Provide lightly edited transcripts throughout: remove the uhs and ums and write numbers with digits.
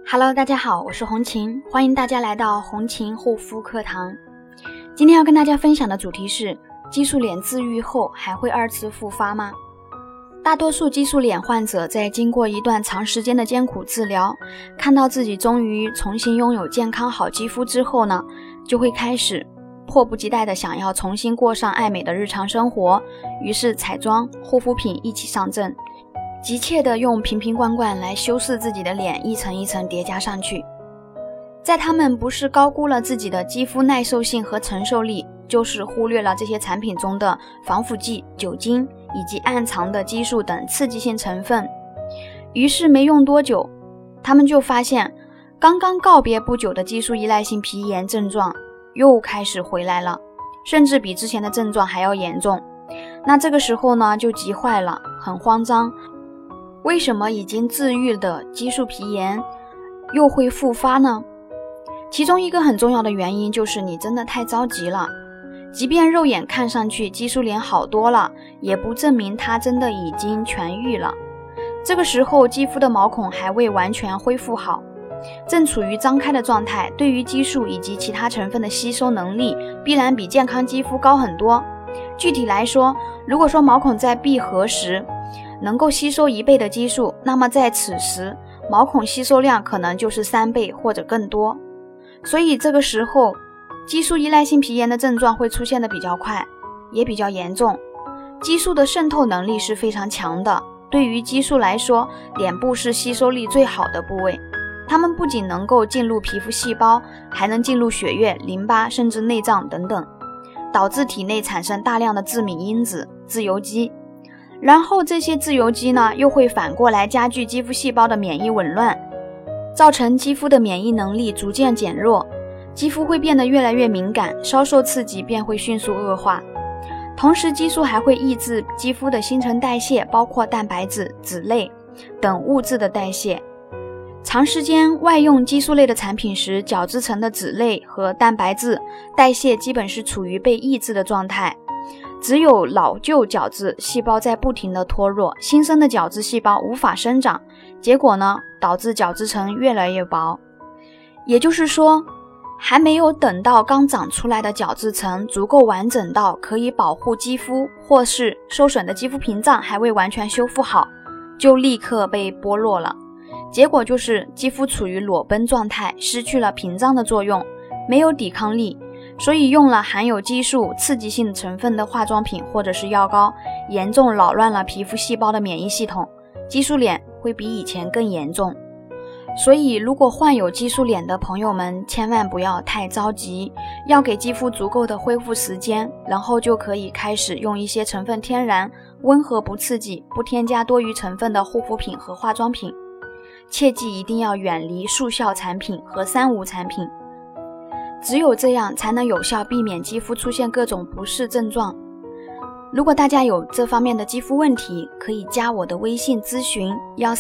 Hello， 大家好，我是红琴，欢迎大家来到红琴护肤课堂。今天要跟大家分享的主题是：激素脸自愈后还会二次复发吗？大多数激素脸患者在经过一段长时间的艰苦治疗，看到自己终于重新拥有健康好肌肤之后呢，就会开始迫不及待地想要重新过上爱美的日常生活，于是彩妆、护肤品一起上阵，急切地用瓶瓶罐罐来修饰自己的脸，一层一层叠加上去。在他们不是高估了自己的肌肤耐受性和承受力，就是忽略了这些产品中的防腐剂、酒精以及暗藏的激素等刺激性成分。于是没用多久，他们就发现刚刚告别不久的激素依赖性皮炎症状又开始回来了，甚至比之前的症状还要严重。那这个时候呢，就急坏了，很慌张。为什么已经治愈的激素皮炎又会复发呢？其中一个很重要的原因就是你真的太着急了。即便肉眼看上去激素脸好多了，也不证明它真的已经痊愈了。这个时候肌肤的毛孔还未完全恢复好，正处于张开的状态，对于激素以及其他成分的吸收能力必然比健康肌肤高很多。具体来说，如果说毛孔在闭合时能够吸收1倍的激素，那么在此时毛孔吸收量可能就是3倍或者更多。所以这个时候激素依赖性皮炎的症状会出现的比较快，也比较严重。激素的渗透能力是非常强的，对于激素来说，脸部是吸收力最好的部位。它们不仅能够进入皮肤细胞，还能进入血液、淋巴甚至内脏等等，导致体内产生大量的致敏因子、自由基。然后这些自由基呢，又会反过来加剧肌肤细胞的免疫紊乱，造成肌肤的免疫能力逐渐减弱，肌肤会变得越来越敏感，稍受刺激便会迅速恶化。同时激素还会抑制肌肤的新陈代谢，包括蛋白质、脂类等物质的代谢。长时间外用激素类的产品时，角质层的脂类和蛋白质代谢基本是处于被抑制的状态，只有老旧角质细胞在不停地脱落，新生的角质细胞无法生长，结果呢，导致角质层越来越薄。也就是说，还没有等到刚长出来的角质层足够完整到可以保护肌肤，或是受损的肌肤屏障还未完全修复好，就立刻被剥落了。结果就是肌肤处于裸奔状态，失去了屏障的作用，没有抵抗力，所以用了含有激素刺激性成分的化妆品或者是药膏，严重扰乱了皮肤细胞的免疫系统，激素脸会比以前更严重。所以如果患有激素脸的朋友们，千万不要太着急，要给肌肤足够的恢复时间，然后就可以开始用一些成分天然、温和不刺激、不添加多余成分的护肤品和化妆品。切记一定要远离速效产品和3无产品，只有这样才能有效避免肌肤出现各种不适症状。如果大家有这方面的肌肤问题，可以加我的微信咨询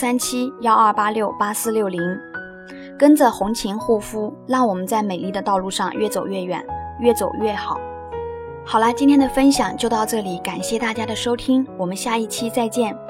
137-1286-8460，跟着红琴护肤，让我们在美丽的道路上越走越远，越走越好。好啦，今天的分享就到这里，感谢大家的收听，我们下一期再见。